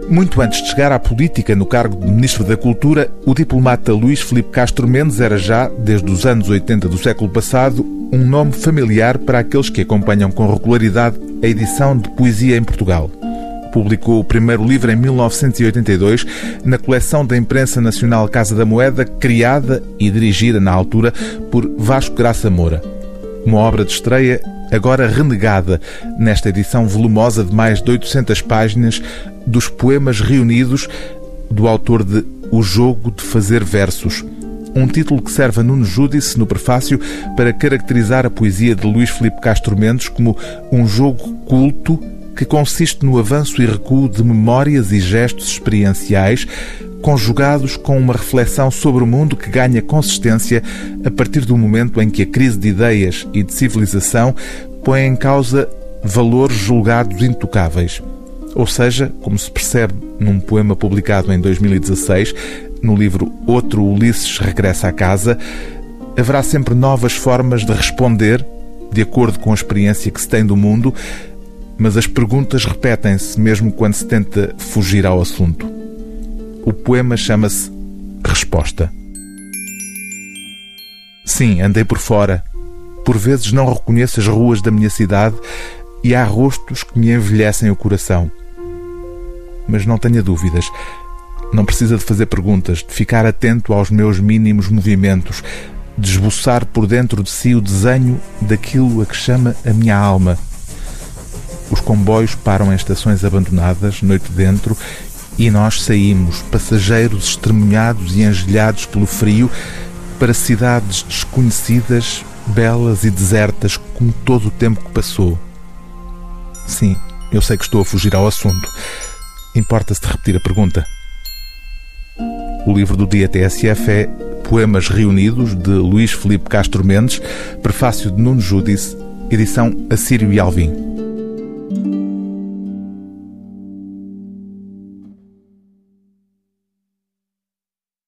Muito antes de chegar à política no cargo de Ministro da Cultura, o diplomata Luís Filipe Castro Mendes era já, desde os anos 80 do século passado, um nome familiar para aqueles que acompanham com regularidade a edição de poesia em Portugal. Publicou o primeiro livro em 1982 na coleção da imprensa nacional Casa da Moeda, criada e dirigida na altura por Vasco Graça Moura. Uma obra de estreia agora renegada nesta edição volumosa de mais de 800 páginas dos poemas reunidos do autor de O Jogo de Fazer Versos, um título que serve a Nuno Judice no prefácio para caracterizar a poesia de Luís Filipe Castro Mendes como um jogo culto que consiste no avanço e recuo de memórias e gestos experienciais conjugados com uma reflexão sobre o mundo que ganha consistência a partir do momento em que a crise de ideias e de civilização põe em causa valores julgados intocáveis. Ou seja, como se percebe num poema publicado em 2016, no livro Outro Ulisses Regressa à Casa, haverá sempre novas formas de responder, de acordo com a experiência que se tem do mundo, mas as perguntas repetem-se mesmo quando se tenta fugir ao assunto. O poema chama-se Resposta. Sim, andei por fora. Por vezes não reconheço as ruas da minha cidade e há rostos que me envelhecem o coração. Mas não tenha dúvidas. Não precisa de fazer perguntas, de ficar atento aos meus mínimos movimentos, de esboçar por dentro de si o desenho daquilo a que chama a minha alma. Os comboios param em estações abandonadas, noite dentro, e nós saímos, passageiros estremunhados e engelhados pelo frio, para cidades desconhecidas, belas e desertas, como todo o tempo que passou. Sim, eu sei que estou a fugir ao assunto. Importa-se de repetir a pergunta. O livro do dia TSF é Poemas Reunidos, de Luís Filipe Castro Mendes, prefácio de Nuno Judice, edição Assírio e Alvim.